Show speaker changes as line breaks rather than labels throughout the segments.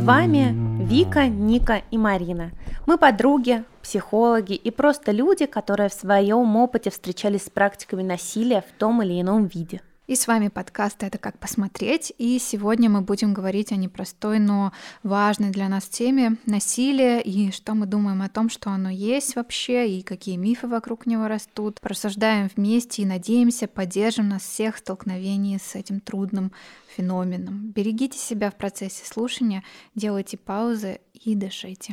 вами Вика, Ника и Марина. Мы подруги, психологи и просто люди, которые в своем опыте встречались с практиками насилия в том или ином виде.
И с вами подкаст «Это как посмотреть», и сегодня мы будем говорить о непростой, но важной для нас теме насилия и что мы думаем о том, что оно есть вообще, и какие мифы вокруг него растут. Рассуждаем вместе и надеемся, поддержим нас всех в столкновении с этим трудным феноменом. Берегите себя в процессе слушания, делайте паузы и дышите.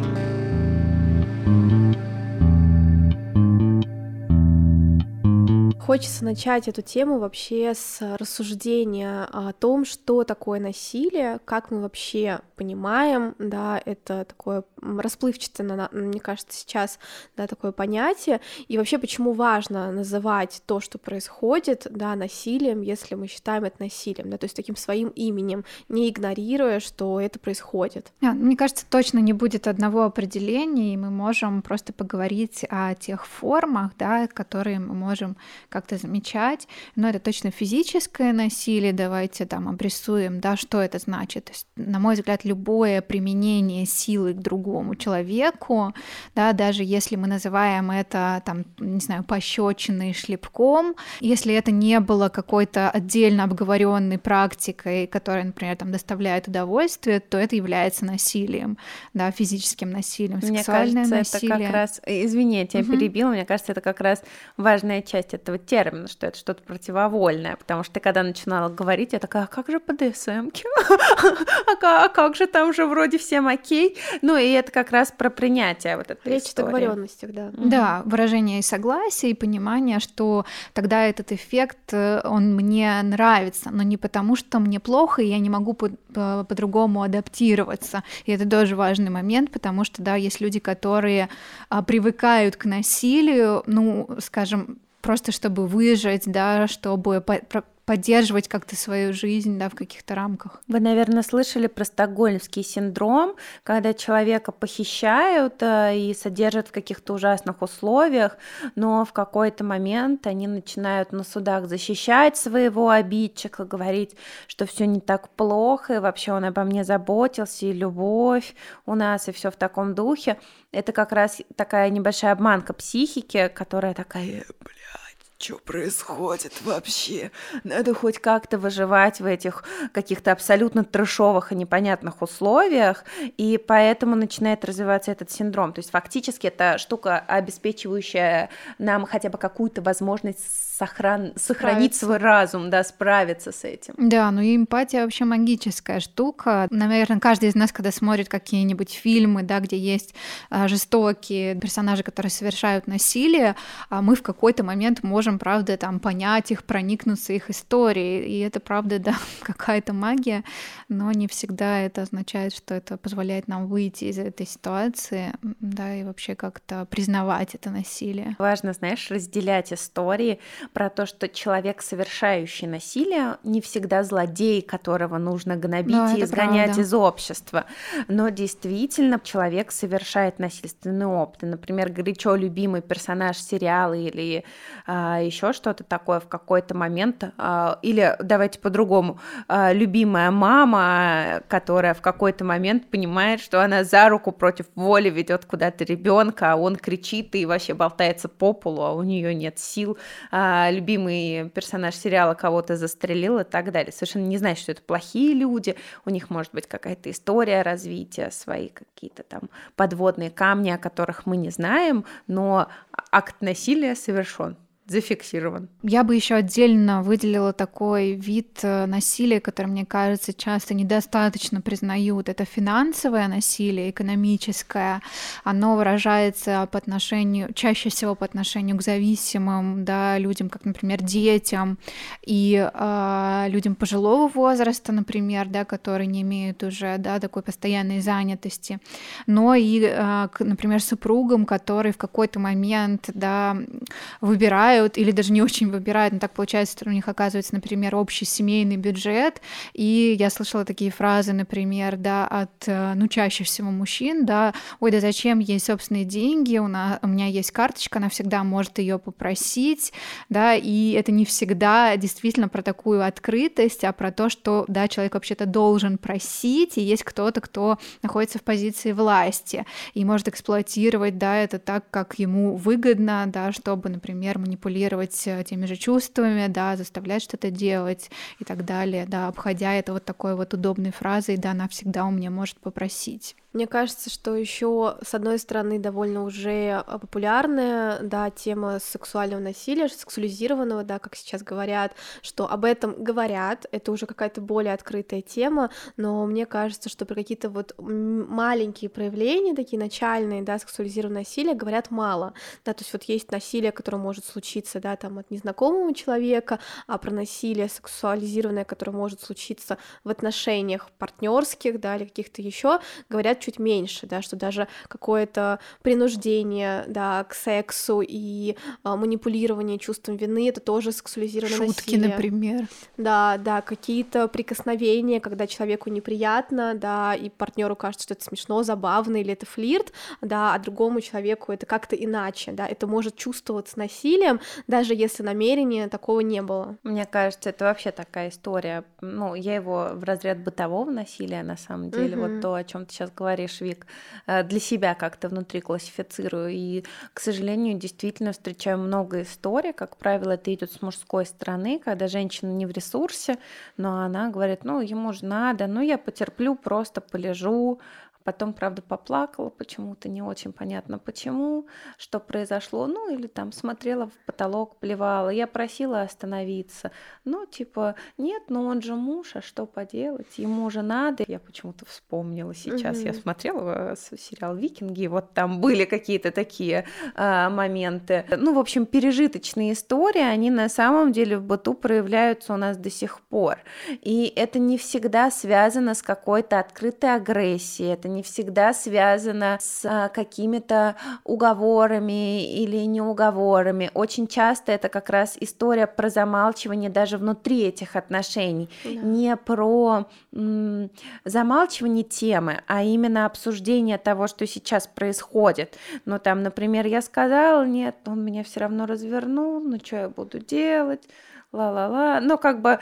Хочется начать эту тему вообще с рассуждения о том, что такое насилие, как мы вообще понимаем, да, это такое расплывчатое, мне кажется, сейчас, да, такое понятие, и вообще почему важно называть то, что происходит, да, насилием, если мы считаем это насилием, да, то есть таким своим именем, не игнорируя, что это происходит.
Мне кажется, точно не будет одного определения, и мы можем просто поговорить о тех формах, да, которые мы можем как-то замечать, но это точно физическое насилие, давайте там обрисуем, да, что это значит. То есть, на мой взгляд, любое применение силы к другому человеку, да, даже если мы называем это, там, не знаю, пощечиной, шлепком, если это не было какой-то отдельно обговоренной практикой, которая, например, там, доставляет удовольствие, то это является насилием, да, физическим насилием,
мне
сексуальное
кажется,
насилие.
Это как раз, извини, я тебя перебила, мне кажется, это как раз важная часть этого термина, что это что-то противовольное, потому что ты когда начинала говорить, я такая, а как же БДСМ-ки? А как же там же вроде всем окей? Ну и это как раз про принятие вот этой
Речь о
истории.
договоренностях, да.
Да, выражение и согласия, и понимание, что тогда этот эффект, он мне нравится, но не потому, что мне плохо, и я не могу по-другому адаптироваться. И это тоже важный момент, потому что, да, есть люди, которые привыкают к насилию, ну, скажем, просто чтобы выжить, да, чтобы поддерживать как-то свою жизнь, да, в каких-то рамках.
Вы, наверное, слышали про стокгольмский синдром, когда человека похищают и содержат в каких-то ужасных условиях, но в какой-то момент они начинают на судах защищать своего обидчика, говорить, что все не так плохо, и вообще он обо мне заботился, и любовь у нас, и все в таком духе. Это как раз такая небольшая обманка психики, которая такая, что происходит вообще? Надо хоть как-то выживать в этих каких-то абсолютно трэшовых и непонятных условиях, и поэтому начинает развиваться этот синдром. То есть фактически это штука, обеспечивающая нам хотя бы какую-то возможность сохранить свой разум, да, справиться с этим.
Да, ну и эмпатия вообще магическая штука. Наверное, каждый из нас, когда смотрит какие-нибудь фильмы, да, где есть жестокие персонажи, которые совершают насилие, мы в какой-то момент можем, правда, там понять их, проникнуться их историей. И это, правда, да, какая-то магия, но не всегда это означает, что это позволяет нам выйти из этой ситуации, да, и вообще как-то признавать это насилие.
Важно, знаешь, разделять истории про то, что человек, совершающий насилие, не всегда злодей, которого нужно гнобить и изгонять из общества. Но действительно человек совершает насильственный опыт. Например, горячо любимый персонаж сериала или еще что-то такое в какой-то момент, или давайте по-другому, любимая мама, которая в какой-то момент понимает, что она за руку против воли ведет куда-то ребенка, а он кричит и вообще болтается по полу, а у нее нет сил. Любимый персонаж сериала кого-то застрелил и так далее. Совершенно не значит, что это плохие люди, у них может быть какая-то история развития, свои какие-то там подводные камни, о которых мы не знаем, но акт насилия совершен. Зафиксирован.
Я бы еще отдельно выделила такой вид насилия, который, мне кажется, часто недостаточно признают. Это финансовое насилие, экономическое. Оно выражается чаще всего по отношению к зависимым, да, людям, как, например, детям и людям пожилого возраста, например, да, которые не имеют уже, да, такой постоянной занятости. Но и, например, супругам, которые в какой-то момент, да, выбирают выбирают, или даже не очень выбирают, но так получается, что у них оказывается, например, общий семейный бюджет, и я слышала такие фразы, например, да, от, ну, чаще всего мужчин, да, ой, да зачем ей собственные деньги, у меня есть карточка, она всегда может ее попросить, да, и это не всегда действительно про такую открытость, а про то, что, да, человек вообще-то должен просить, и есть кто-то, кто находится в позиции власти и может эксплуатировать, да, это так, как ему выгодно, да, чтобы, например, манипулировать теми же чувствами, да, заставлять что-то делать и так далее, да, обходя это вот такой вот удобной фразой, да, она всегда у меня может попросить.
Мне кажется, что еще с одной стороны довольно уже популярная, да, тема сексуального насилия, сексуализированного, да, как сейчас говорят, что об этом говорят, это уже какая-то более открытая тема, но мне кажется, что про какие-то вот маленькие проявления, такие начальные, да, сексуализированного насилия говорят мало, да, то есть вот есть насилие, которое может случиться, да, там от незнакомого человека, а про насилие сексуализированное, которое может случиться в отношениях партнерских, да, или каких-то еще, говорят чуть меньше, да, что даже какое-то принуждение, да, к сексу и манипулирование чувством вины — это тоже сексуализированное
шутки,
насилие.
например.
Да, да, какие-то прикосновения, когда человеку неприятно, да, и партнеру кажется, что это смешно, забавно, или это флирт, да, а другому человеку это как-то иначе, да, это может чувствоваться насилием, даже если намерения такого не было.
Мне кажется, это вообще такая история, ну, я его в разряд бытового насилия, на самом деле, вот то, о чем ты сейчас говоришь, Вик, для себя как-то внутри классифицирую. И, к сожалению, действительно встречаю много историй. Как правило, это идет с мужской стороны, когда женщина не в ресурсе, но она говорит, ну, ему же надо, ну, я потерплю, просто полежу. Потом, правда, поплакала почему-то, не очень понятно почему, что произошло. Ну, или там смотрела в потолок, плевала. Я просила остановиться. Ну, типа, нет, ну он же муж, а что поделать? Ему же надо. Я почему-то вспомнила сейчас. Я смотрела сериал «Викинги», и вот там были какие-то такие моменты. Ну, в общем, пережиточные истории, они на самом деле в быту проявляются у нас до сих пор. И это не всегда связано с какой-то открытой агрессией, это не всегда связано с какими-то уговорами или неуговорами. Очень часто это как раз история про замалчивание даже внутри этих отношений. Да. Не про замалчивание темы, а именно обсуждение того, что сейчас происходит. Ну, там, например, я сказала, нет, он меня все равно развернул, ну, что я буду делать? Ла-ла-ла, ну, как бы,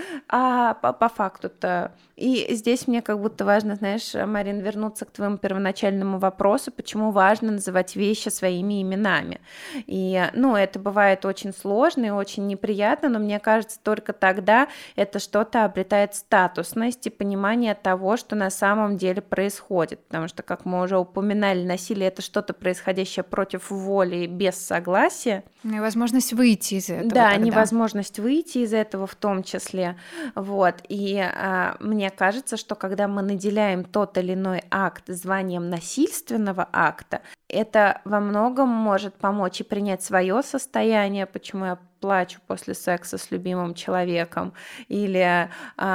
по факту-то. И здесь мне как будто важно, знаешь, Марин, вернуться к твоему первоначальному вопросу, почему важно называть вещи своими именами. И, ну, это бывает очень сложно и очень неприятно, но мне кажется, только тогда это что-то обретает статусность и понимание того, что на самом деле происходит. Потому что, как мы уже упоминали, насилие — это что-то происходящее против воли и без согласия.
Невозможность выйти из этого.
Да, тогда. Невозможность выйти из этого в том числе. Вот. И мне кажется, что когда мы наделяем тот или иной акт званием насильственного акта, это во многом может помочь и принять свое состояние, почему я плачу после секса с любимым человеком, или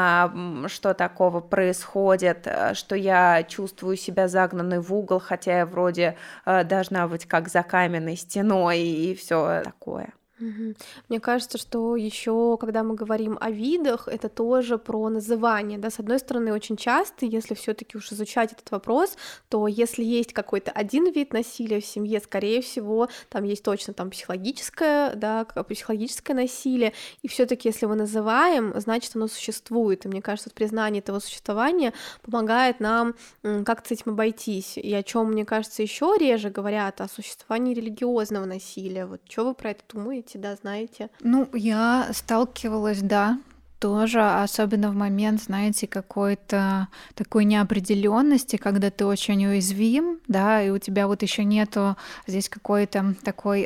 что такого происходит, что я чувствую себя загнанной в угол, хотя я вроде должна быть как за каменной стеной и все такое.
Мне кажется, что еще, когда мы говорим о видах, это тоже про называние, да, с одной стороны, очень часто, если все-таки уж изучать этот вопрос, то если есть какой-то один вид насилия в семье, скорее всего, там есть точно там психологическое, да, психологическое насилие, и все-таки, если мы называем, значит, оно существует, и мне кажется, признание этого существования помогает нам как-то с этим обойтись, и о чем, мне кажется, еще реже говорят о существовании религиозного насилия. Вот что вы про это думаете? Да, знаете?
Ну, я сталкивалась, да, тоже, особенно в момент, знаете, какой-то такой неопределенности, когда ты очень уязвим, да, и у тебя вот еще нету здесь какой-то такой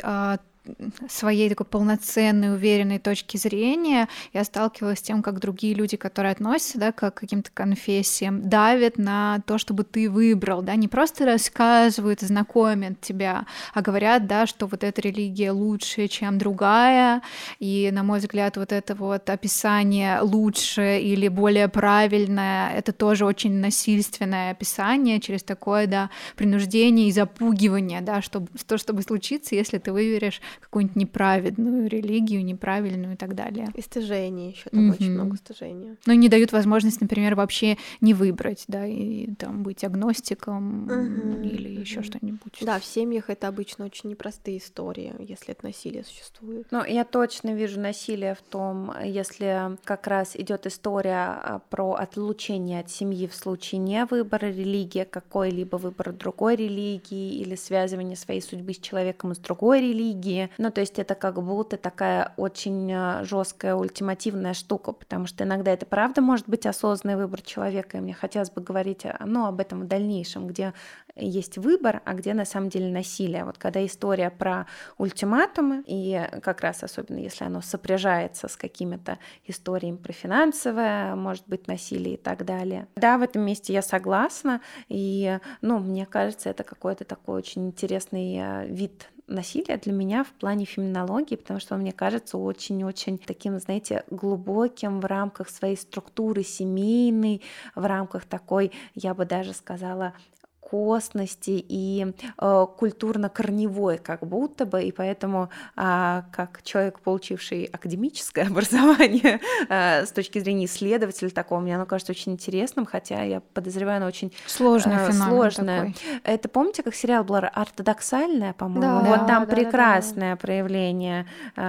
своей такой полноценной, уверенной точки зрения. Я сталкивалась с тем, как другие люди, которые относятся, да, к каким-то конфессиям, давят на то, чтобы ты выбрал, да, не просто рассказывают, знакомят тебя, а говорят, да, что вот эта религия лучше, чем другая, и, на мой взгляд, вот это вот описание лучше или более правильное, это тоже очень насильственное описание через такое, да, принуждение и запугивание, да, чтобы случится, если ты выберешь какую-нибудь неправедную религию, неправильную и так далее.
И стыжение еще там очень много стыжения.
Но не дают возможность, например, вообще не выбрать, да, и там быть агностиком или еще что-нибудь.
Да, в семьях это обычно очень непростые истории, если это насилие существует.
Ну, я точно вижу насилие в том, если как раз идет история про отлучение от семьи в случае не выбора религии, какой-либо выбор другой религии или связывание своей судьбы с человеком из другой религии. Ну, то есть это как будто такая очень жесткая ультимативная штука, потому что иногда это правда может быть осознанный выбор человека, и мне хотелось бы говорить, ну, об этом в дальнейшем, где есть выбор, а где на самом деле насилие. Вот когда история про ультиматумы, и как раз особенно если оно сопряжается с какими-то историями про финансовое, может быть, насилие и так далее. Да, в этом месте я согласна, и, ну, мне кажется, это какой-то такой очень интересный вид насилия для меня в плане феминологии, потому что он, мне кажется, очень-очень таким, знаете, глубоким в рамках своей структуры семейной, в рамках такой, я бы даже сказала, косности и культурно-корневой как будто бы, и поэтому как человек, получивший академическое образование с точки зрения исследователя такого, мне оно кажется очень интересным, хотя я подозреваю, оно очень сложное.
Такой.
Это помните, как сериал был «Ортодоксальное», по-моему?
Да,
вот там
да,
прекрасное проявление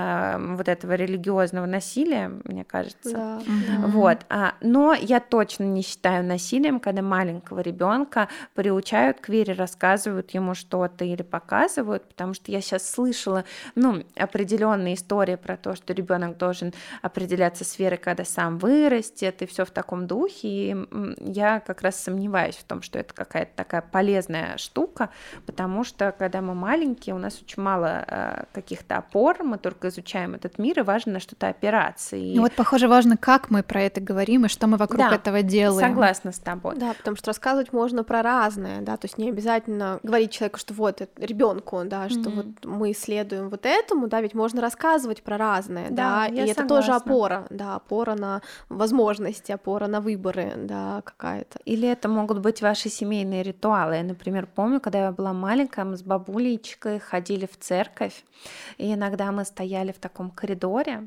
вот этого религиозного насилия, мне кажется.
Да,
вот. Но я точно не считаю насилием, когда маленького ребенка приучают к вере, рассказывают ему что-то или показывают, потому что я сейчас слышала, ну, определенные истории про то, что ребенок должен определяться с верой, когда сам вырастет, и все в таком духе, и я как раз сомневаюсь в том, что это какая-то такая полезная штука, потому что, когда мы маленькие, у нас очень мало каких-то опор, мы только изучаем этот мир, и важно на что-то опираться. И...
Ну вот, похоже, важно, как мы про это говорим, и что мы вокруг этого делаем.
Согласна с тобой.
Да, потому что рассказывать можно про разное, да, то есть не обязательно говорить человеку, что вот ребенку, да, что вот мы исследуем вот этому, да, ведь можно рассказывать про разное, да, и это тоже опора, да, опора на возможности, опора на выборы, да, какая-то.
Или это могут быть ваши семейные ритуалы. Я, например, помню, когда я была маленькая, мы с бабулечкой ходили в церковь, и иногда мы стояли в таком коридоре,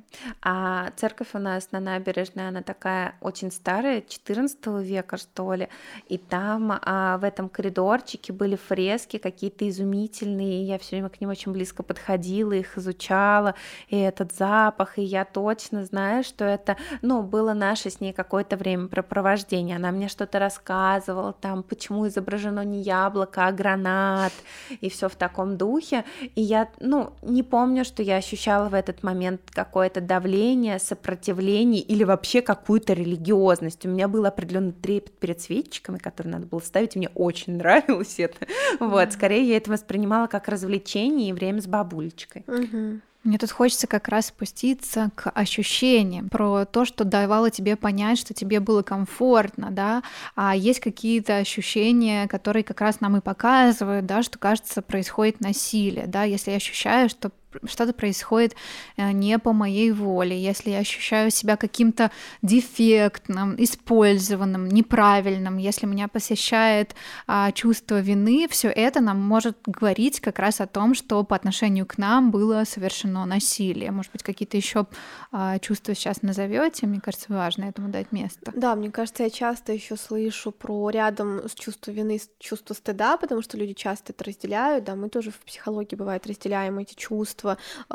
а церковь у нас на набережной, она такая очень старая, 14 века, что ли, и там в этом коридорчике были фрески какие-то изумительные, и я все время к ним очень близко подходила, их изучала, и этот запах, и я точно знаю, что это, ну, было наше с ней какое-то времяпрепровождение. Она мне что-то рассказывала, там, почему изображено не яблоко, а гранат, и все в таком духе, и я, ну, не помню, что я ощущала в этот момент какое-то давление, сопротивление или вообще какую-то религиозность. У меня был определенный трепет перед свечечками, которые надо было ставить, и мне очень нравилось это. Вот, скорее я это воспринимала как развлечение и время с бабулечкой.
Мне тут хочется как раз спуститься к ощущениям, про то, что давало тебе понять, что тебе было комфортно, да, а есть какие-то ощущения, которые как раз нам и показывают, да, что, кажется, происходит насилие, да, если я ощущаю, что что-то происходит не по моей воле, если я ощущаю себя каким-то дефектным, использованным, неправильным, если меня посещает чувство вины, все это нам может говорить как раз о том, что по отношению к нам было совершено насилие. Может быть, какие-то еще чувства сейчас назовете? Мне кажется, важно этому дать место.
Да, мне кажется, я часто еще слышу про рядом с чувством вины, чувство стыда, потому что люди часто это разделяют, да, мы тоже в психологии бывает разделяем эти чувства,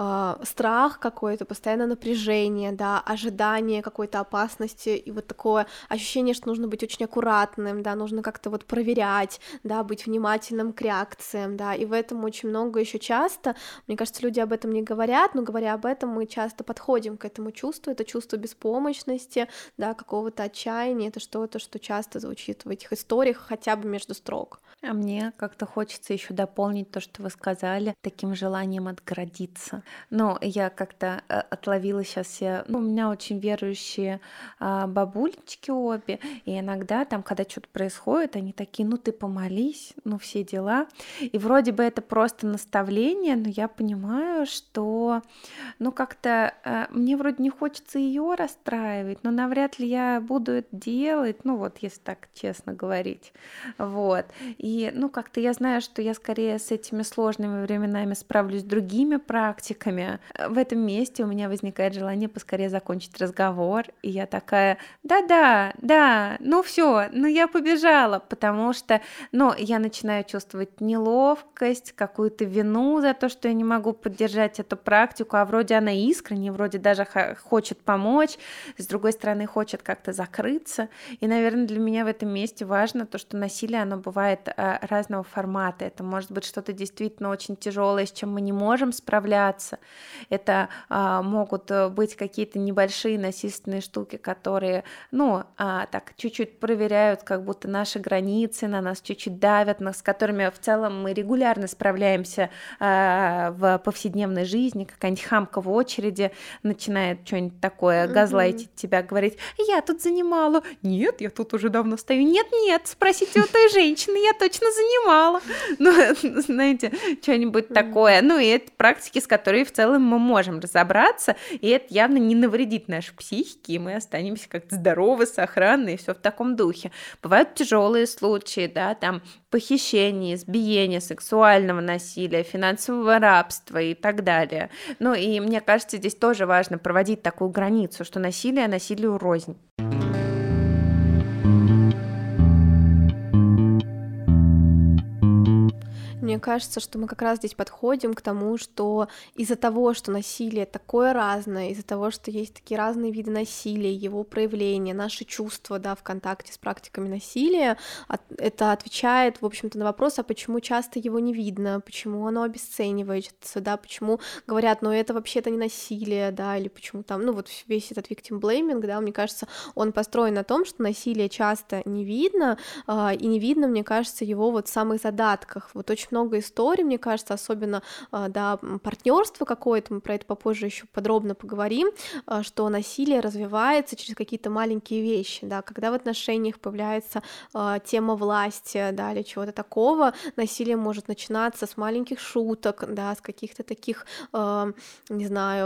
страх какой-то, постоянное напряжение, да, ожидание какой-то опасности и вот такое ощущение, что нужно быть очень аккуратным, да, нужно как-то вот проверять, да, быть внимательным к реакциям, да, и в этом очень много еще часто, мне кажется, люди об этом не говорят, но говоря об этом, мы часто подходим к этому чувству, это чувство беспомощности, да, какого-то отчаяния, это что-то, что часто звучит в этих историях, хотя бы между строк.
А мне как-то хочется еще дополнить то, что вы сказали, таким желанием отгородиться. Но я как-то отловила сейчас все... у меня очень верующие бабулечки обе, и иногда там, когда что-то происходит, они такие, ну ты помолись, ну все дела. И вроде бы это просто наставление, но я понимаю, что, ну как-то мне вроде не хочется ее расстраивать, но навряд ли я буду это делать, ну вот, если так честно говорить. Вот. И, ну, как-то я знаю, что я скорее с этими сложными временами справлюсь другими практиками. В этом месте у меня возникает желание поскорее закончить разговор, и я такая: да, ну все, ну я побежала, потому что, я начинаю чувствовать неловкость, какую-то вину за то, что я не могу поддержать эту практику, а вроде она искренне, вроде даже хочет помочь, с другой стороны хочет как-то закрыться. И, наверное, для меня в этом месте важно то, что насилие, оно бывает разного формата. Это может быть что-то действительно очень тяжелое, с чем мы не можем справляться. Это могут быть какие-то небольшие насильственные штуки, которые, так чуть-чуть проверяют как будто наши границы, на нас чуть-чуть давят, с которыми в целом мы регулярно справляемся в повседневной жизни. Какая-нибудь хамка в очереди начинает что-нибудь такое газлайтить тебя, говорить: я тут занимала. Нет, я тут уже давно стою. Нет, спросите у той женщины, я точно занимала. Знаете, что-нибудь такое. И это практики, с которыми в целом мы можем разобраться, и это явно не навредит нашей психике, и мы останемся как-то здоровы, сохранны, и все в таком духе. Бывают тяжелые случаи, да, там похищение, избиение, сексуального насилия, финансового рабства и так далее. И мне кажется, здесь тоже важно проводить такую границу, что насилие насилию рознь.
Мне кажется, что мы как раз здесь подходим к тому, что из-за того, что насилие такое разное, из-за того, что есть такие разные виды насилия, его проявления, наши чувства, да, в контакте с практиками насилия, это отвечает, в общем-то, на вопрос, а почему часто его не видно, почему оно обесценивается, да, почему говорят, это вообще-то не насилие, да, или почему там, весь этот victim blaming, да, мне кажется, он построен на том, что насилие часто не видно, и не видно, мне кажется, его в самых задатках. Очень много историй, мне кажется, особенно, партнерство какое-то, мы про это попозже еще подробно поговорим, что насилие развивается через какие-то маленькие вещи, да, когда в отношениях появляется тема власти, да, или чего-то такого, насилие может начинаться с маленьких шуток, да, с каких-то таких, не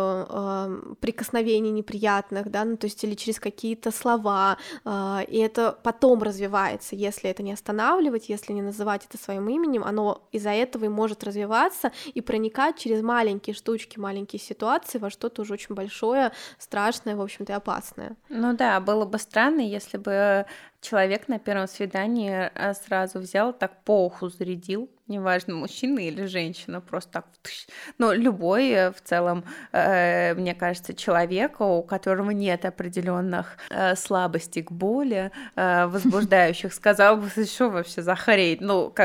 знаю, прикосновений неприятных, да, то есть или через какие-то слова, и это потом развивается, если это не останавливать, если не называть это своим именем, оно из-за этого и может развиваться и проникать через маленькие штучки, маленькие ситуации во что-то уже очень большое, страшное, в общем-то, и опасное.
Было бы странно, если бы человек на первом свидании сразу взял, так по уху зарядил, неважно, мужчина или женщина, просто так. Любой в целом, мне кажется, человек, у которого нет определенных слабостей к боли, возбуждающих, сказал бы, что вообще за хрень,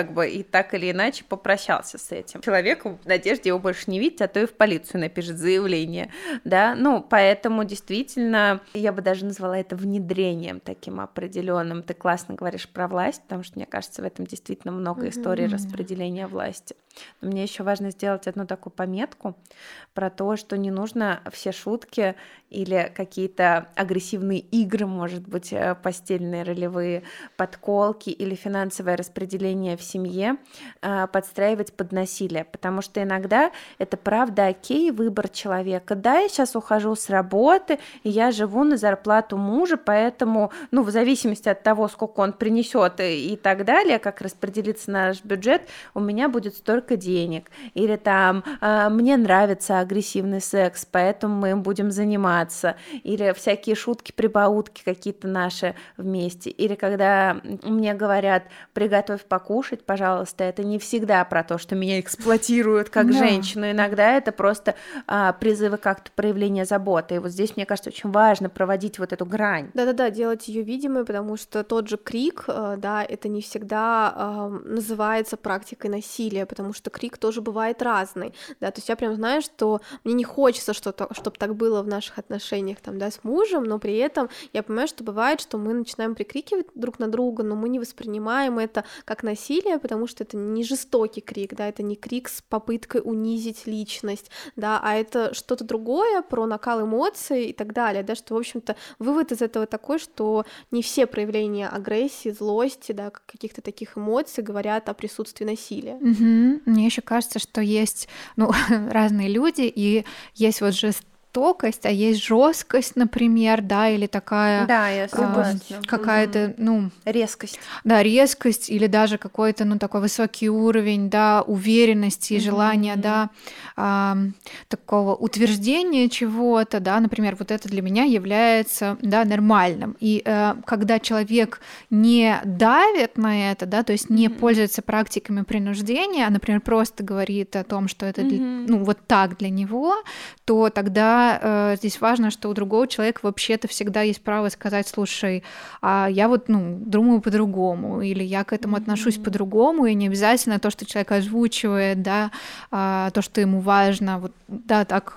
и так или иначе попрощался с этим человеком в надежде его больше не видеть, а то и в полицию напишет заявление, да, поэтому действительно я бы даже назвала это внедрением таким определенным. Ты классно говоришь про власть, потому что, мне кажется, в этом действительно много историй распределения власти. Но мне еще важно сделать одну такую пометку про то, что не нужно все шутки или какие-то агрессивные игры, может быть, постельные, ролевые подколки или финансовое распределение в семье подстраивать под насилие, потому что иногда это правда окей, выбор человека. Да, я сейчас ухожу с работы, и я живу на зарплату мужа, поэтому, в зависимости от того, сколько он принесет и так далее, как распределится наш бюджет, у меня будет столько денег. Или там мне нравится агрессивный секс, поэтому мы им будем заниматься. Или всякие шутки-прибаутки какие-то наши вместе. Или когда мне говорят: приготовь покушать, пожалуйста, это не всегда про то, что меня эксплуатируют как женщину. Иногда это просто призывы как-то проявления заботы. И вот здесь, мне кажется, очень важно проводить вот эту грань.
Да-да-да, делать ее видимой, потому что тот же крик, да, это не всегда называется практикой насилия, потому что крик тоже бывает разный, да, то есть я прям знаю, что мне не хочется, чтобы так было в наших отношениях, там, да, с мужем, но при этом я понимаю, что бывает, что мы начинаем прикрикивать друг на друга, но мы не воспринимаем это как насилие, потому что это не жестокий крик, да, это не крик с попыткой унизить личность, да, а это что-то другое, про накал эмоций и так далее, да, что, в общем-то, вывод из этого такой, что не все проявления агрессии, злости, да, каких-то таких эмоций говорят о присутствии насилия.
Мне еще кажется, что есть разные люди, и есть вот же жестокость, а есть жесткость, например, да, или такая
я согласна.
Какая-то,
резкость.
Да, резкость или даже какой-то, такой высокий уровень, да, уверенности и желания, да, такого утверждения чего-то, да, например, вот это для меня является, да, нормальным. И когда человек не давит на это, да, то есть не пользуется практиками принуждения, а, например, просто говорит о том, что это, вот так для него, то тогда здесь важно, что у другого человека вообще-то всегда есть право сказать: слушай, я вот, думаю по-другому, или я к этому отношусь по-другому, и не обязательно то, что человек озвучивает, да, то, что ему важно, вот, да, так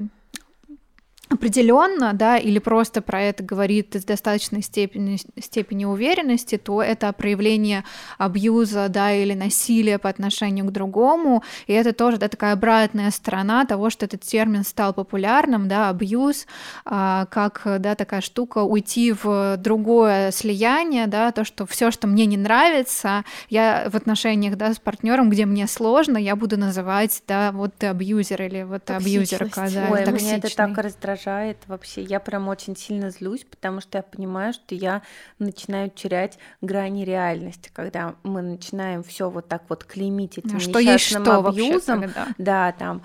определенно, да, или просто про это говорит с достаточной степени уверенности, то это проявление абьюза, да, или насилия по отношению к другому, и это тоже, да, такая обратная сторона того, что этот термин стал популярным, да, абьюз, как, да, такая штука уйти в другое слияние, да, то, что все, что мне не нравится, я в отношениях, да, с партнером, где мне сложно, я буду называть, да, вот ты абьюзер или вот ты абьюзерка, да,
Ой, меня это так раздражает вообще. Я прям очень сильно злюсь, потому что я понимаю, что я начинаю терять грани реальности, когда мы начинаем все вот так вот клеймить этим несчастным абьюзом. Да, там,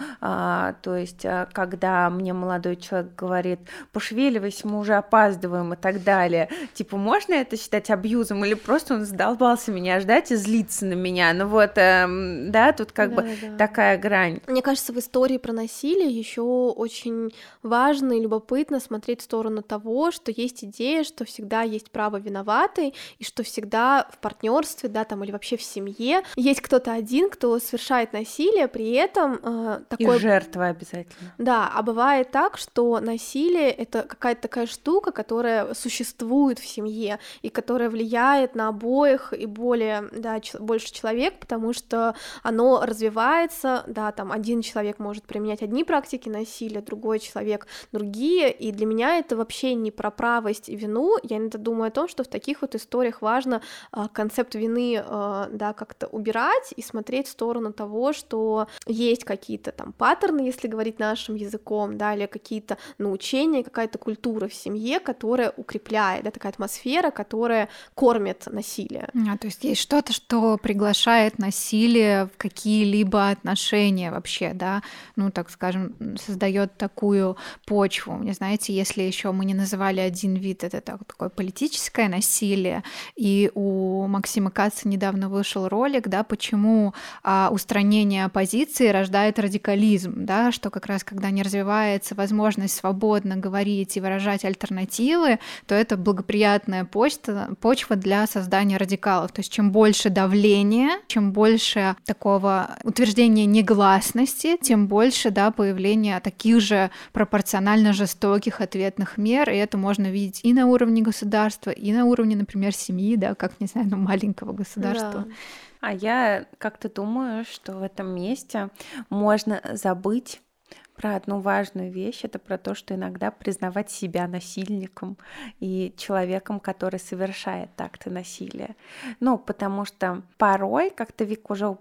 то есть, когда мне молодой человек говорит: пошевеливайся, мы уже опаздываем и так далее. Типа, можно это считать абьюзом, или просто он задолбался меня ждать и злиться на меня? Ну вот, да, тут как бы такая грань.
Мне кажется, в истории про насилие еще очень важно и любопытно смотреть в сторону того, что есть идея, что всегда есть право виноватой, и что всегда в партнерстве, да, там, или вообще в семье есть кто-то один, кто совершает насилие, при этом такой...
И жертва обязательно.
Да, а бывает так, что насилие — это какая-то такая штука, которая существует в семье, и которая влияет на обоих и более, да, больше человек, потому что оно развивается, да, там, один человек может применять одни практики насилия, другой человек другие, и для меня это вообще не про правость и вину. Я иногда думаю о том, что в таких вот историях важно концепт вины, да, как-то убирать и смотреть в сторону того, что есть какие-то там паттерны, если говорить нашим языком, да, или какие-то научения, какая-то культура в семье, которая укрепляет, да, такая атмосфера, которая кормит насилие.
То есть есть что-то, что приглашает насилие в какие-либо отношения вообще, да, так скажем, создает такую почву. Мне, знаете, если еще мы не называли один вид, это такое политическое насилие, и у Максима Каца недавно вышел ролик, да, почему устранение оппозиции рождает радикализм, да, что как раз когда не развивается возможность свободно говорить и выражать альтернативы, то это благоприятная почва для создания радикалов. То есть чем больше давления, чем больше такого утверждения негласности, тем больше, да, появления таких же пропорционально жестоких ответных мер, и это можно видеть и на уровне государства, и на уровне, например, семьи, да, как, не знаю, маленького государства.
Да.
А я как-то думаю, что в этом месте можно забыть про одну важную вещь, это про то, что иногда признавать себя насильником и человеком, который совершает акты насилия. Потому что порой, как-то Вика уже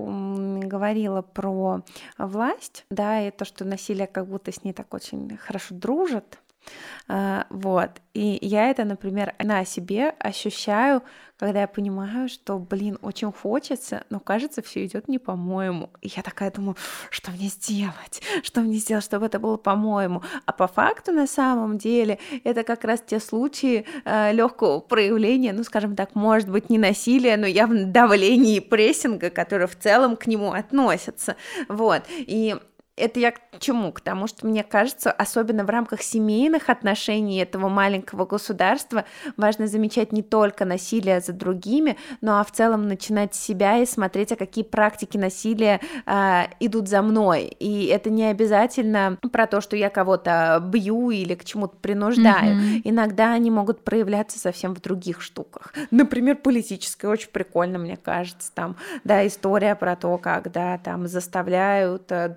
говорила про власть, да, и то, что насилие как будто с ней так очень хорошо дружит, вот. И я это, например, на себе ощущаю, когда я понимаю, что, очень хочется, но кажется, все идет не по-моему. И я такая думаю, что мне сделать? Что мне сделать, чтобы это было по-моему? А по факту, на самом деле, это как раз те случаи легкого проявления, скажем так, может быть, не насилия, но явно давления и прессинга, которые в целом к нему относятся. Вот. И это я к чему? К тому, что мне кажется, особенно в рамках семейных отношений этого маленького государства, важно замечать не только насилие за другими, но в целом начинать с себя и смотреть, а какие практики насилия идут за мной. И это не обязательно про то, что я кого-то бью или к чему-то принуждаю. Иногда они могут проявляться совсем в других штуках. Например, политическое, очень прикольно, мне кажется. Там, да, история про то, когда там заставляют думать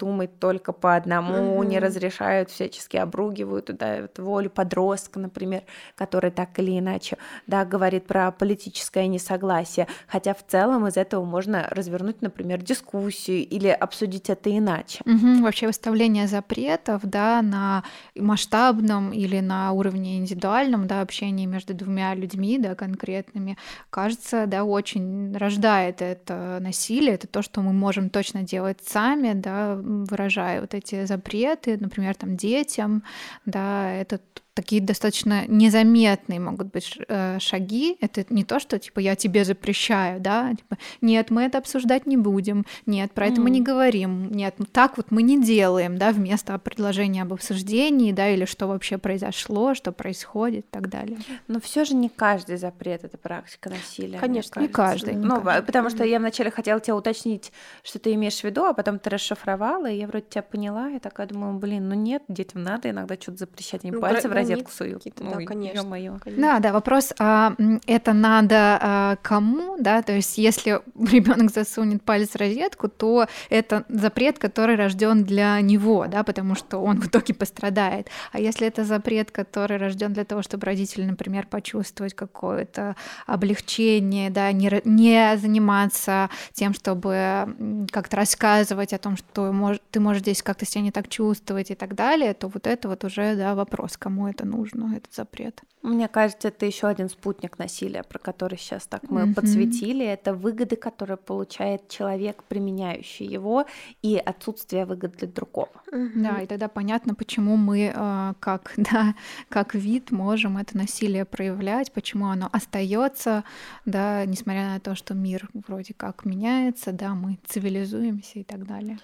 только по одному, не разрешают, всячески обругивают, да, волю подростка, например, который так или иначе, да, говорит про политическое несогласие, хотя в целом из этого можно развернуть, например, дискуссию или обсудить это иначе.
Вообще выставление запретов, да, на масштабном или на уровне индивидуальном, да, общении между двумя людьми, да, конкретными, кажется, да, очень рождает это насилие, это то, что мы можем точно делать сами, да, выражая вот эти запреты, например, там детям, да, это такие достаточно незаметные могут быть шаги. Это не то, что типа я тебе запрещаю, да, типа, нет, мы это обсуждать не будем, нет, про это мы не говорим, нет, так вот мы не делаем, да, вместо предложения об обсуждении, да, или что вообще произошло, что происходит и так далее.
Но все же не каждый запрет — это практика насилия.
Конечно, не каждый.
Потому что я вначале хотела тебя уточнить, что ты имеешь в виду, а потом ты расшифровала, и я вроде тебя поняла, и такая думаю, блин, ну нет, детям надо иногда что-то запрещать, они пальцы в розетку суют.
Да, конечно.
Ё-моё.
Да, вопрос, это надо кому, да, то есть если ребенок засунет палец в розетку, то это запрет, который рожден для него, да, потому что он в итоге пострадает. А если это запрет, который рожден для того, чтобы родители, например, почувствовать какое-то облегчение, да, не заниматься тем, чтобы как-то рассказывать о том, что ты можешь здесь как-то себя не так чувствовать и так далее, то вот это вот уже, да, вопрос, кому это нужно, этот запрет.
Мне кажется, это еще один спутник насилия, про который сейчас так мы подсветили. Это выгоды, которые получает человек, применяющий его, и отсутствие выгод для другого.
Да, и тогда понятно, почему мы как вид можем это насилие проявлять, почему оно остается, да, несмотря на то, что мир вроде как меняется, да, мы цивилизуемся и так далее.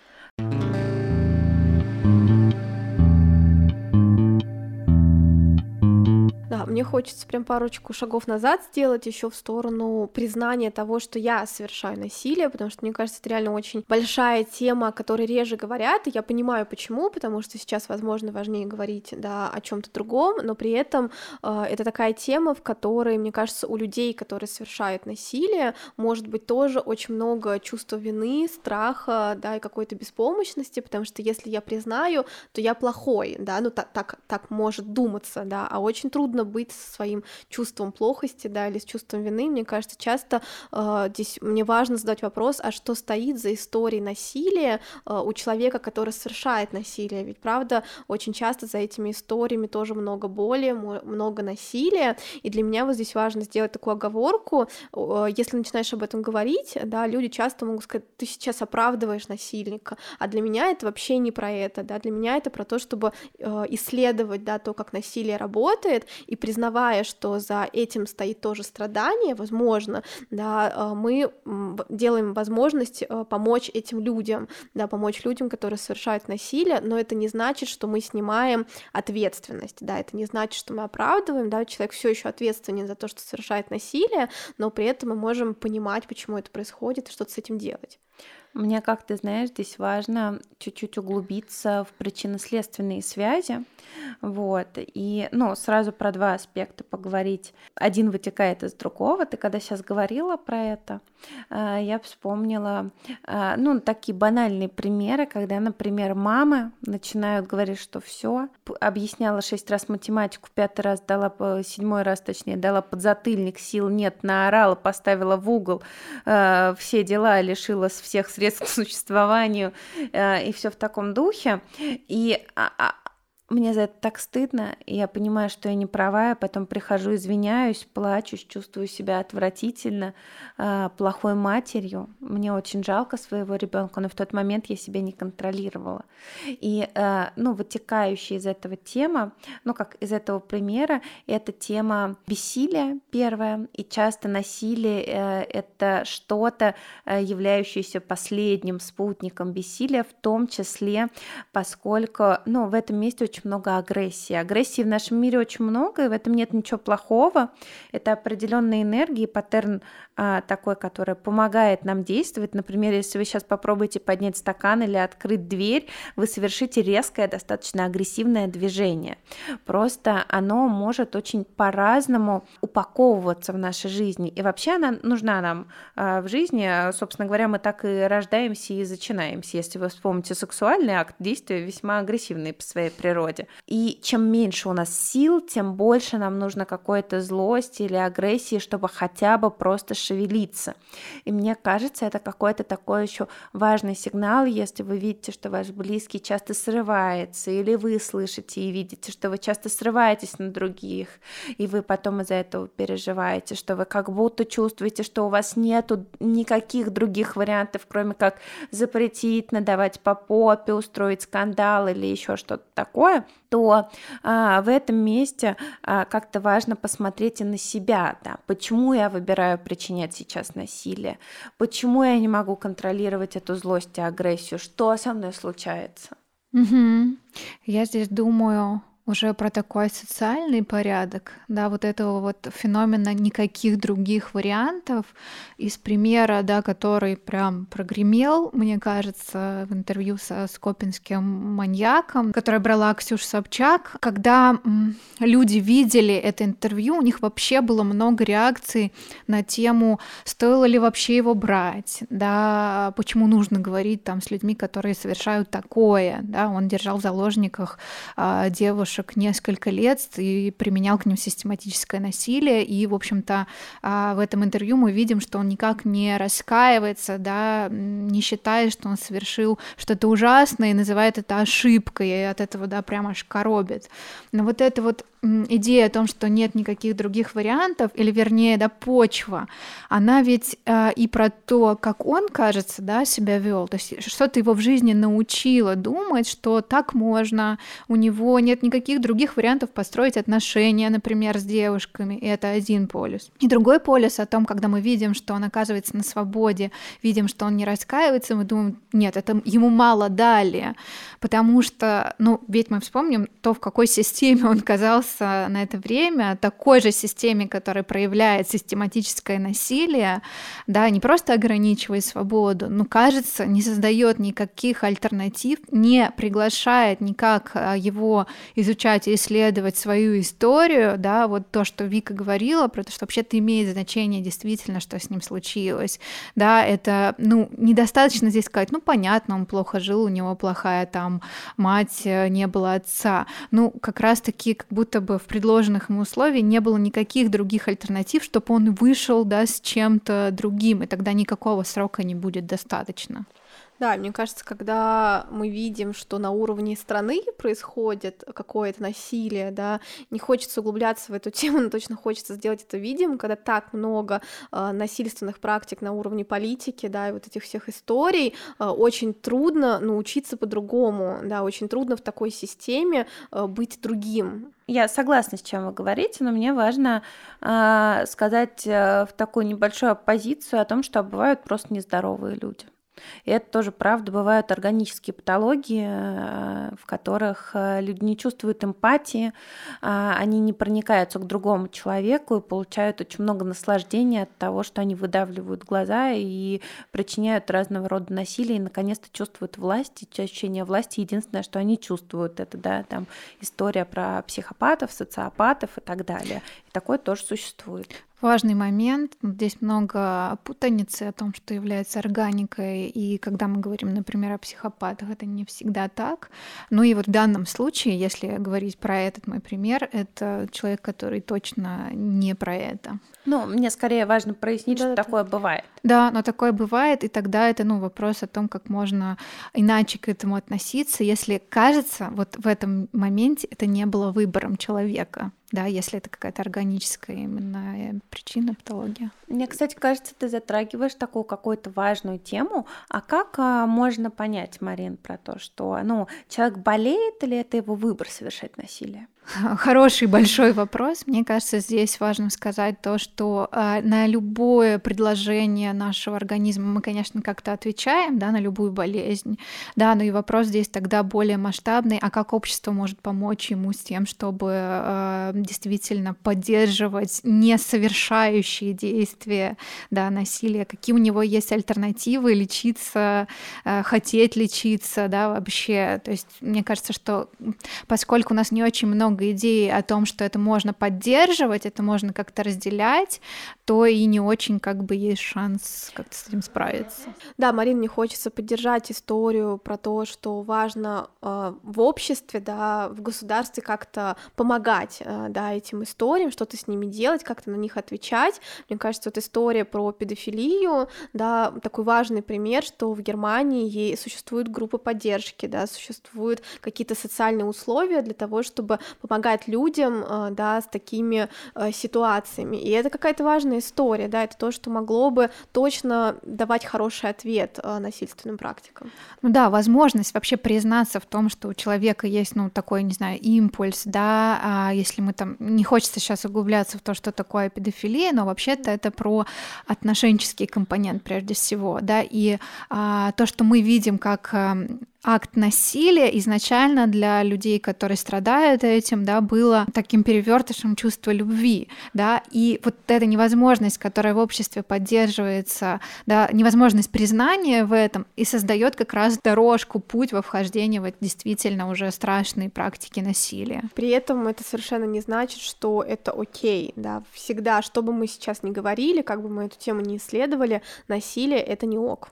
Да, мне хочется прям парочку шагов назад сделать еще в сторону признания того, что я совершаю насилие, потому что, мне кажется, это реально очень большая тема, о которой реже говорят, и я понимаю, почему, потому что сейчас, возможно, важнее говорить, да, о чем-то другом, но при этом это такая тема, в которой, мне кажется, у людей, которые совершают насилие, может быть тоже очень много чувства вины, страха, да, и какой-то беспомощности, потому что если я признаю, то я плохой, да, ну так может думаться, да, а очень трудно быть со своим чувством плохости, да, или с чувством вины. Мне кажется, часто здесь мне важно задать вопрос, а что стоит за историей насилия у человека, который совершает насилие? Ведь, правда, очень часто за этими историями тоже много боли, много насилия, и для меня вот здесь важно сделать такую оговорку. Если начинаешь об этом говорить, да, люди часто могут сказать, ты сейчас оправдываешь насильника, а для меня это вообще не про это, да, для меня это про то, чтобы исследовать, да, то, как насилие работает, и признавая, что за этим стоит тоже страдание, возможно, да, мы делаем возможность помочь этим людям, да, помочь людям, которые совершают насилие, но это не значит, что мы снимаем ответственность, да, это не значит, что мы оправдываем, да, человек все еще ответственен за то, что совершает насилие, но при этом мы можем понимать, почему это происходит, и что-то с этим делать.
Мне, как ты знаешь, здесь важно чуть-чуть углубиться в причинно-следственные связи, вот, и, ну, сразу про два аспекта поговорить. Один вытекает из другого. Ты когда сейчас говорила про это, я вспомнила, ну, такие банальные примеры, когда, например, мамы начинают говорить, что все, объясняла 6 раз математику, 5-й раз дала, 7-й раз, точнее, дала подзатыльник, сил нет, наорала, поставила в угол, все дела, лишилась всех средств к существованию, и все в таком духе. И мне за это так стыдно, и я понимаю, что я не права, я потом прихожу, извиняюсь, плачу, чувствую себя отвратительно, плохой матерью. Мне очень жалко своего ребенка, но в тот момент я себя не контролировала. И, ну, вытекающая из этого тема, ну, как из этого примера, это тема бессилия, первая, и часто насилие — это что-то, являющееся последним спутником бессилия, в том числе, поскольку, ну, в этом месте очень очень много агрессии. Агрессии в нашем мире очень много, и в этом нет ничего плохого. Это определенные энергии, паттерн такой, который помогает нам действовать. Например, если вы сейчас попробуете поднять стакан или открыть дверь, вы совершите резкое, достаточно агрессивное движение. Просто оно может очень по-разному упаковываться в нашей жизни. И вообще она нужна нам в жизни. Собственно говоря, мы так и рождаемся и зачинаемся. Если вы вспомните сексуальный акт, действия весьма агрессивные по своей природе. И чем меньше у нас сил, тем больше нам нужно какой-то злости или агрессии, чтобы хотя бы просто шевелиться. И мне кажется, это какой-то такой еще важный сигнал, если вы видите, что ваш близкий часто срывается, или вы слышите и видите, что вы часто срываетесь на других, и вы потом из-за этого переживаете, что вы как будто чувствуете, что у вас нету никаких других вариантов, кроме как запретить, надавать по попе, устроить скандал или еще что-то такое, то в этом месте как-то важно посмотреть и на себя, да, почему я выбираю причинять сейчас насилие, почему я не могу контролировать эту злость и агрессию, что со мной случается.
Я здесь думаю уже про такой социальный порядок, да, вот этого вот феномена никаких других вариантов. Из примера, да, который прям прогремел, мне кажется, в интервью со скопинским маньяком, которое брала Ксюша Собчак, когда люди видели это интервью, у них вообще было много реакций на тему, стоило ли вообще его брать, да, почему нужно говорить там с людьми, которые совершают такое, да, он держал в заложниках девушек несколько лет и применял к ним систематическое насилие. И, в общем-то, в этом интервью мы видим, что он никак не раскаивается, да, не считает, что он совершил что-то ужасное и называет это ошибкой, и от этого, да, прямо аж коробит. Но вот эта вот идея о том, что нет никаких других вариантов, или вернее, да, почва, она ведь и про то, как он, кажется, да, себя вел, то есть что-то его в жизни научило думать, что так можно, у него нет никаких других вариантов построить отношения, например, с девушками, и это один полюс. И другой полюс о том, когда мы видим, что он оказывается на свободе, видим, что он не раскаивается, мы думаем, нет, это ему мало дали, потому что, ну, ведь мы вспомним то, в какой системе он оказался на это время, такой же системе, которая проявляет систематическое насилие, да, не просто ограничивает свободу, но, кажется, не создает никаких альтернатив, не приглашает никак его изучать и исследовать свою историю, да, вот то, что Вика говорила, про то, что вообще-то имеет значение действительно, что с ним случилось, да, это, ну, недостаточно здесь сказать, ну, понятно, он плохо жил, у него плохая там мать, не было отца, ну, как раз-таки как будто бы в предложенных ему условиях не было никаких других альтернатив, чтобы он вышел, да, с чем-то другим, и тогда никакого срока не будет достаточно.
Да, мне кажется, когда мы видим, что на уровне страны происходит какое-то насилие, да, не хочется углубляться в эту тему, но точно хочется сделать это видимым, когда так много насильственных практик на уровне политики, да, и вот этих всех историй, очень трудно научиться по-другому, да, очень трудно в такой системе быть другим.
Я согласна с чем вы говорите, но мне важно сказать в такую небольшую оппозицию о том, что бывают просто нездоровые люди. И это тоже правда, бывают органические патологии, в которых люди не чувствуют эмпатии, они не проникаются к другому человеку и получают очень много наслаждения от того, что они выдавливают глаза и причиняют разного рода насилие, и наконец-то чувствуют власть, и ощущение власти единственное, что они чувствуют, это, да, там история про психопатов, социопатов и так далее. И такое тоже существует.
Важный момент. Здесь много путаницы о том, что является органикой, и когда мы говорим, например, о психопатах, это не всегда так. Ну и вот в данном случае, если говорить про этот мой пример, это человек, который точно не про это.
Ну, мне скорее важно прояснить, что такое бывает.
Да, но такое бывает, и тогда это, ну, вопрос о том, как можно иначе к этому относиться, если кажется, вот в этом моменте это не было выбором человека. Да, если это какая-то органическая именно причина, патология.
Мне, кстати, кажется, ты затрагиваешь такую какую-то важную тему. А как можно понять, Марин, про то, что человек болеет или это его выбор совершать насилие?
Хороший большой вопрос. Мне кажется, здесь важно сказать то, что на любое предложение нашего организма мы, конечно, как-то отвечаем, да, на любую болезнь, да, но и вопрос здесь тогда более масштабный, а как общество может помочь ему с тем, чтобы действительно поддерживать несовершающие действия, да, насилия, какие у него есть альтернативы лечиться, хотеть лечиться, да, вообще. То есть мне кажется, что поскольку у нас не очень много идей о том, что это можно поддерживать, это можно как-то разделять, то и не очень как бы есть шанс как-то с этим справиться.
Да, Марин, мне хочется поддержать историю про то, что важно в обществе, да, в государстве как-то помогать, да, этим историям, что-то с ними делать, как-то на них отвечать. Мне кажется, вот история про педофилию, да, такой важный пример, что в Германии существуют группы поддержки, да, существуют какие-то социальные условия для того, чтобы помогать людям, да, с такими ситуациями. И это какая-то важная история, да, это то, что могло бы точно давать хороший ответ насильственным практикам.
Ну да, возможность вообще признаться в том, что у человека есть, такой, не знаю, импульс, да, если мы там, не хочется сейчас углубляться в то, что такое педофилия, но вообще-то это про отношенческий компонент прежде всего, да, и то, что мы видим как акт насилия изначально для людей, которые страдают этим, да, было таким перевертышем чувства любви, да, и вот эта невозможность, которая в обществе поддерживается, да, невозможность признания в этом и создает как раз дорожку, путь во вхождение в действительно уже страшные практики насилия.
При этом это совершенно не значит, что это окей, да, всегда, что бы мы сейчас ни говорили, как бы мы эту тему не исследовали, насилие — это не ок.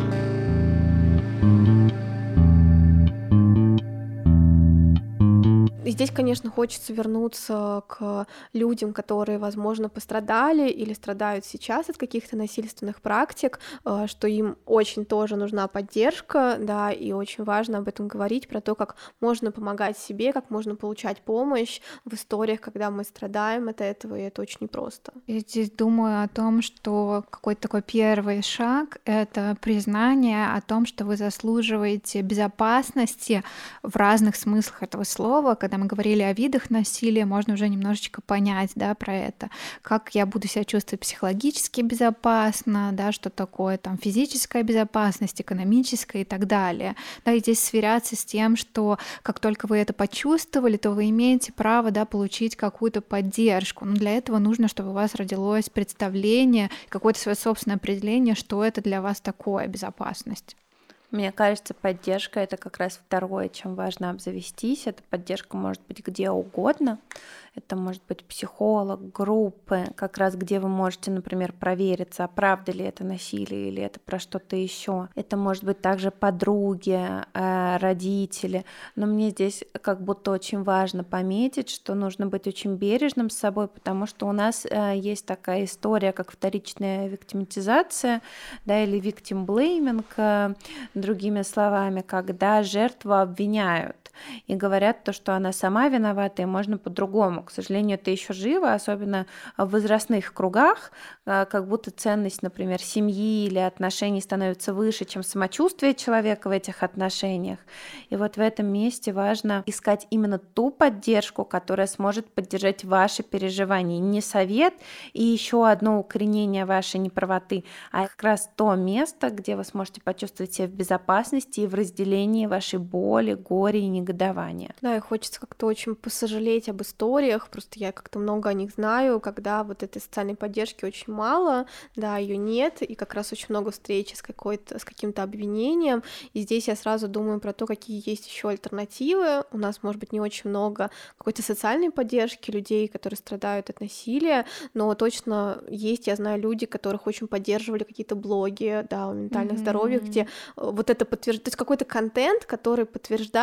И здесь, конечно, хочется вернуться к людям, которые, возможно, пострадали или страдают сейчас от каких-то насильственных практик, что им очень тоже нужна поддержка, да, и очень важно об этом говорить, про то, как можно помогать себе, как можно получать помощь в историях, когда мы страдаем от этого, и это очень непросто.
Я здесь думаю о том, что какой-то такой первый шаг — это признание о том, что вы заслуживаете безопасности в разных смыслах этого слова. Когда мы говорили о видах насилия, можно уже немножечко понять, да, про это, как я буду себя чувствовать психологически безопасно, да, что такое там физическая безопасность, экономическая и так далее. Да, и здесь сверяться с тем, что как только вы это почувствовали, то вы имеете право, да, получить какую-то поддержку. Но для этого нужно, чтобы у вас родилось представление, какое-то свое собственное определение, что это для вас такое безопасность.
Мне кажется, поддержка — это как раз второе, чем важно обзавестись. Эта поддержка может быть где угодно. Это может быть психолог, группы, как раз где вы можете, например, провериться, а правда ли это насилие или это про что-то еще. Это может быть также подруги, родители. Но мне здесь как будто очень важно пометить, что нужно быть очень бережным с собой, потому что у нас есть такая история, как вторичная виктимизация, да, или victim blaming, другими словами, когда жертву обвиняют и говорят то, что она сама виновата, и можно по-другому. К сожалению, это еще живо, особенно в возрастных кругах, как будто ценность, например, семьи или отношений становится выше, чем самочувствие человека в этих отношениях. И вот в этом месте важно искать именно ту поддержку, которая сможет поддержать ваши переживания. Не совет и еще одно укоренение вашей неправоты, а как раз то место, где вы сможете почувствовать себя в безопасности и в разделении вашей боли, горя и негодования.
Да, и хочется как-то очень посожалеть об историях, просто я как-то много о них знаю, когда вот этой социальной поддержки очень мало, да, ее нет, и как раз очень много встреч с каким-то обвинением, и здесь я сразу думаю про то, какие есть еще альтернативы. У нас, может быть, не очень много какой-то социальной поддержки людей, которые страдают от насилия, но точно есть, я знаю, люди, которых очень поддерживали какие-то блоги, да, о ментальном здоровье, где вот это подтверждает, то есть какой-то контент, который подтверждает,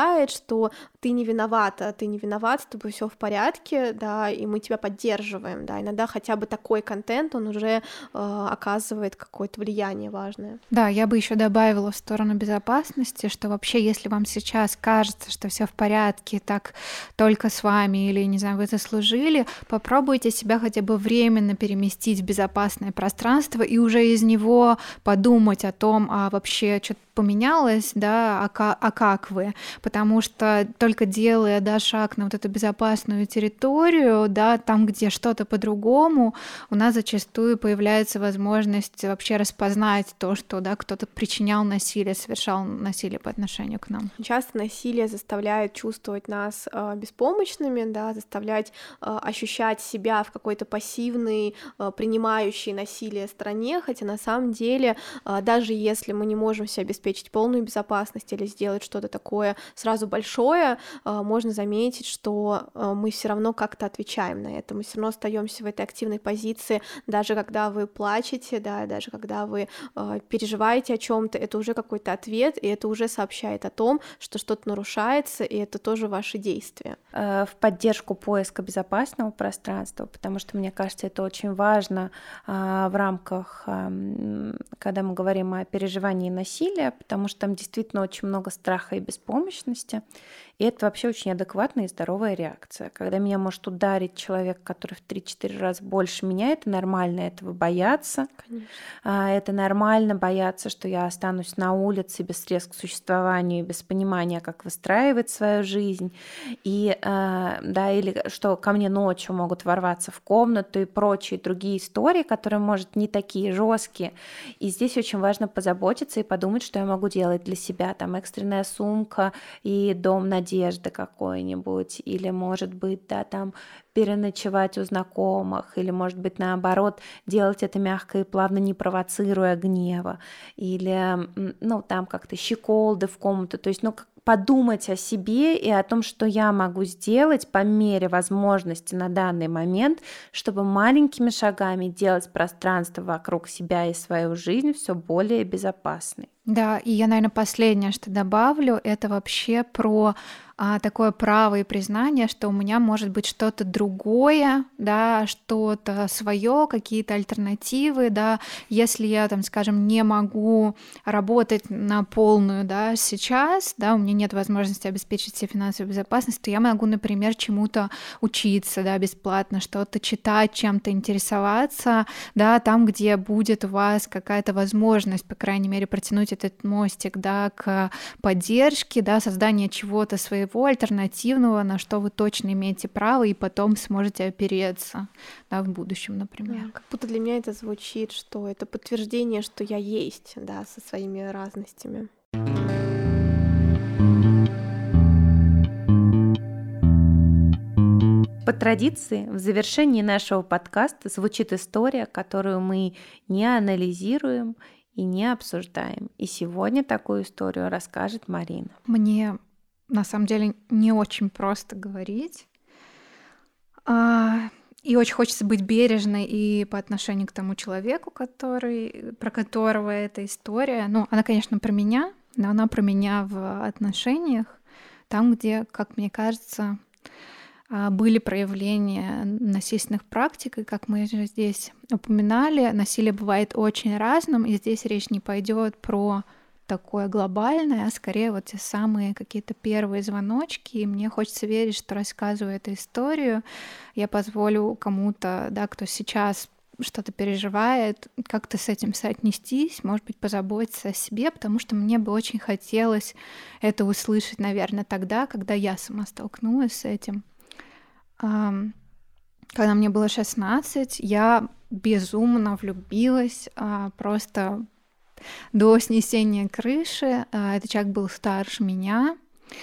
что ты не виновата, с тобой все в порядке, да, и мы тебя поддерживаем, да, иногда хотя бы такой контент, он уже оказывает какое-то влияние важное.
Да, я бы еще добавила в сторону безопасности, что вообще, если вам сейчас кажется, что все в порядке, так только с вами, или, не знаю, вы заслужили, попробуйте себя хотя бы временно переместить в безопасное пространство и уже из него подумать о том, а вообще что-то поменялось, да, а как вы? Потому что только делая, да, шаг на вот эту безопасную территорию, да, там, где что-то по-другому, у нас зачастую появляется возможность вообще распознать то, что, да, кто-то причинял насилие, совершал насилие по отношению к нам.
Часто насилие заставляет чувствовать нас беспомощными, да, заставлять ощущать себя в какой-то пассивной, принимающей насилие стране, хотя на самом деле, даже если мы не можем себе обеспечить полную безопасность или сделать что-то такое сразу большое, можно заметить, что мы все равно как-то отвечаем на это, мы все равно остаемся в этой активной позиции, даже когда вы плачете, да, даже когда вы переживаете о чем-то, это уже какой-то ответ, и это уже сообщает о том, что что-то нарушается, и это тоже ваши действия.
В поддержку поиска безопасного пространства, потому что, мне кажется, это очень важно в рамках, когда мы говорим о переживании насилия, потому что там действительно очень много страха и беспомощности, и это вообще очень адекватная и здоровая реакция. Когда меня может ударить человек, который в 3-4 раза больше меня, это нормально этого бояться. Конечно. Это нормально бояться, что я останусь на улице без средств к существованию, без понимания, как выстраивать свою жизнь, и, да, или что ко мне ночью могут ворваться в комнату и прочие другие истории, которые, может, не такие жесткие. И здесь очень важно позаботиться и подумать, что я могу делать для себя. Там экстренная сумка и дом надежды какой-нибудь, или, может быть, да, там переночевать у знакомых, или, может быть, наоборот, делать это мягко и плавно, не провоцируя гнева, или, ну, там как-то щеколды в комнату, то есть, ну, подумать о себе и о том, что я могу сделать по мере возможности на данный момент, чтобы маленькими шагами делать пространство вокруг себя и свою жизнь все более безопасной.
Да, и я, наверное, последнее, что добавлю, это вообще про такое право и признание, что у меня может быть что-то другое, да, что-то свое, какие-то альтернативы, да, если я, там, скажем, не могу работать на полную, да, сейчас, да, у меня нет возможности обеспечить себе финансовую безопасность, то я могу, например, чему-то учиться, да, бесплатно, что-то читать, чем-то интересоваться, да, там, где будет у вас какая-то возможность, по крайней мере, протянуть этот мостик, да, к поддержке, да, создания чего-то своего альтернативного, на что вы точно имеете право, и потом сможете опереться, да, в будущем, например.
Да, как будто для меня это звучит, что это подтверждение, что я есть, да, со своими разностями.
По традиции, в завершении нашего подкаста звучит история, которую мы не анализируем и не обсуждаем. И сегодня такую историю расскажет Марина.
Мне, на самом деле, не очень просто говорить. И очень хочется быть бережной и по отношению к тому человеку, про которого эта история. Ну, она, конечно, про меня, но она про меня в отношениях, там, где, как мне кажется, были проявления насильственных практик, и как мы же здесь упоминали, насилие бывает очень разным, и здесь речь не пойдет про такое глобальное, а скорее вот те самые какие-то первые звоночки, и мне хочется верить, что, рассказывая эту историю, я позволю кому-то, да, кто сейчас что-то переживает, как-то с этим соотнестись, может быть, позаботиться о себе, потому что мне бы очень хотелось это услышать, наверное, тогда, когда я сама столкнулась с этим. Когда мне было 16, я безумно влюбилась, просто до снесения крыши. Этот человек был старше меня.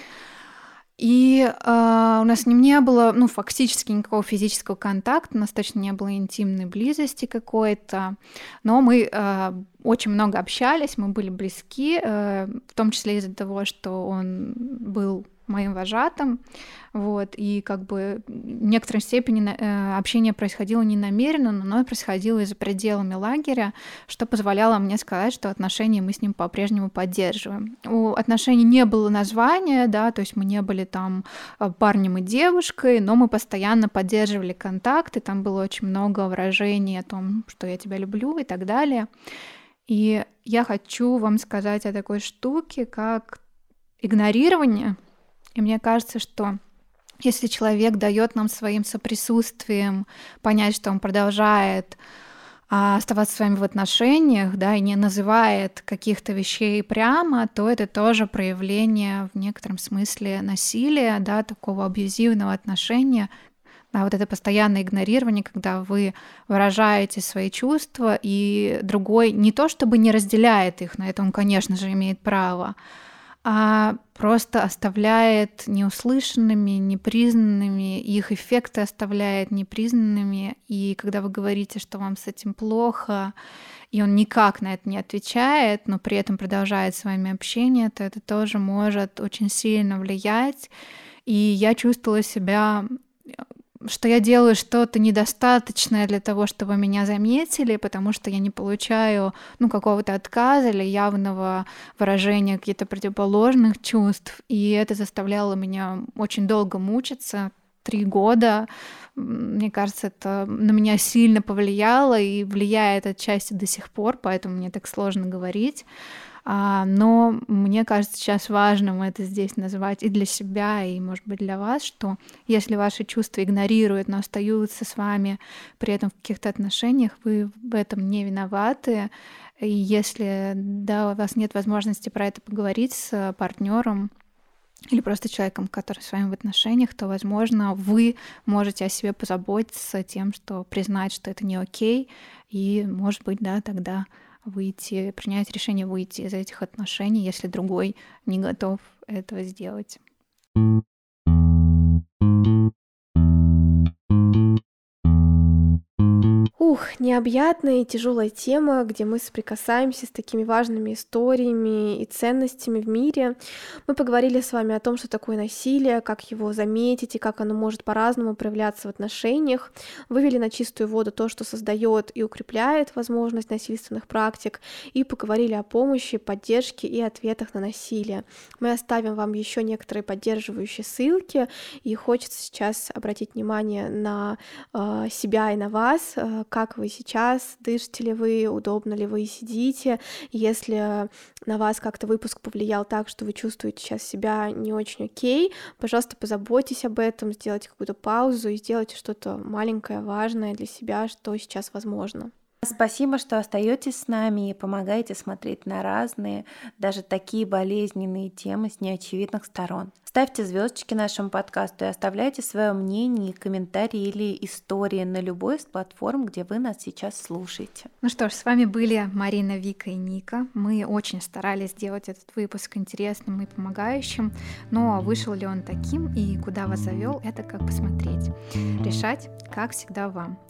И у нас с ним не было, ну, фактически никакого физического контакта, у нас точно не было интимной близости какой-то, но мы очень много общались, мы были близки, в том числе из-за того, что он был моим вожатым, вот, и как бы в некоторой степени общение происходило не намеренно, но оно происходило и за пределами лагеря, что позволяло мне сказать, что отношения мы с ним по-прежнему поддерживаем. У отношений не было названия, да, то есть мы не были там парнем и девушкой, но мы постоянно поддерживали контакт, и там было очень много выражений о том, что я тебя люблю и так далее. И я хочу вам сказать о такой штуке, как игнорирование. И мне кажется, что если человек дает нам своим соприсутствием понять, что он продолжает оставаться с вами в отношениях, да, и не называет каких-то вещей прямо, то это тоже проявление в некотором смысле насилия, да, такого абьюзивного отношения. Да, вот это постоянное игнорирование, когда вы выражаете свои чувства, и другой не то чтобы не разделяет их, на это он, конечно же, имеет право, а просто оставляет неуслышанными, непризнанными, их эффекты оставляет непризнанными. И когда вы говорите, что вам с этим плохо, и он никак на это не отвечает, но при этом продолжает с вами общение, то это тоже может очень сильно влиять. И я чувствовала себя, что я делаю что-то недостаточное для того, чтобы меня заметили, потому что я не получаю какого-то отказа или явного выражения каких-то противоположных чувств. И это заставляло меня очень долго мучиться, 3 года. Мне кажется, это на меня сильно повлияло и влияет отчасти до сих пор, поэтому мне так сложно говорить. Но мне кажется, сейчас важным это здесь называть и для себя, и, может быть, для вас, что если ваши чувства игнорируют, но остаются с вами при этом в каких-то отношениях, вы в этом не виноваты. И если у вас нет возможности про это поговорить с партнером или просто человеком, который с вами в отношениях, то, возможно, вы можете о себе позаботиться тем, что признать, что это не окей, и, может быть, тогда принять решение выйти из этих отношений, если другой не готов этого сделать.
Необъятная и тяжелая тема, где мы соприкасаемся с такими важными историями и ценностями в мире. Мы поговорили с вами о том, что такое насилие, как его заметить и как оно может по-разному проявляться в отношениях. Вывели на чистую воду то, что создает и укрепляет возможность насильственных практик, и поговорили о помощи, поддержке и ответах на насилие. Мы оставим вам еще некоторые поддерживающие ссылки, и хочется сейчас обратить внимание на себя и на вас, как вы сейчас, дышите ли вы, удобно ли вы сидите. Если на вас как-то выпуск повлиял так, что вы чувствуете сейчас себя не очень окей, пожалуйста, позаботьтесь об этом, сделайте какую-то паузу и сделайте что-то маленькое, важное для себя, что сейчас возможно.
Спасибо, что остаетесь с нами и помогаете смотреть на разные, даже такие болезненные темы с неочевидных сторон. Ставьте звездочки нашему подкасту и оставляйте свое мнение, комментарии или истории на любой из платформ, где вы нас сейчас слушаете.
Ну что ж, с вами были Марина, Вика и Ника. Мы очень старались сделать этот выпуск интересным и помогающим, но вышел ли он таким и куда вас завел, это как посмотреть. Решать, как всегда, вам.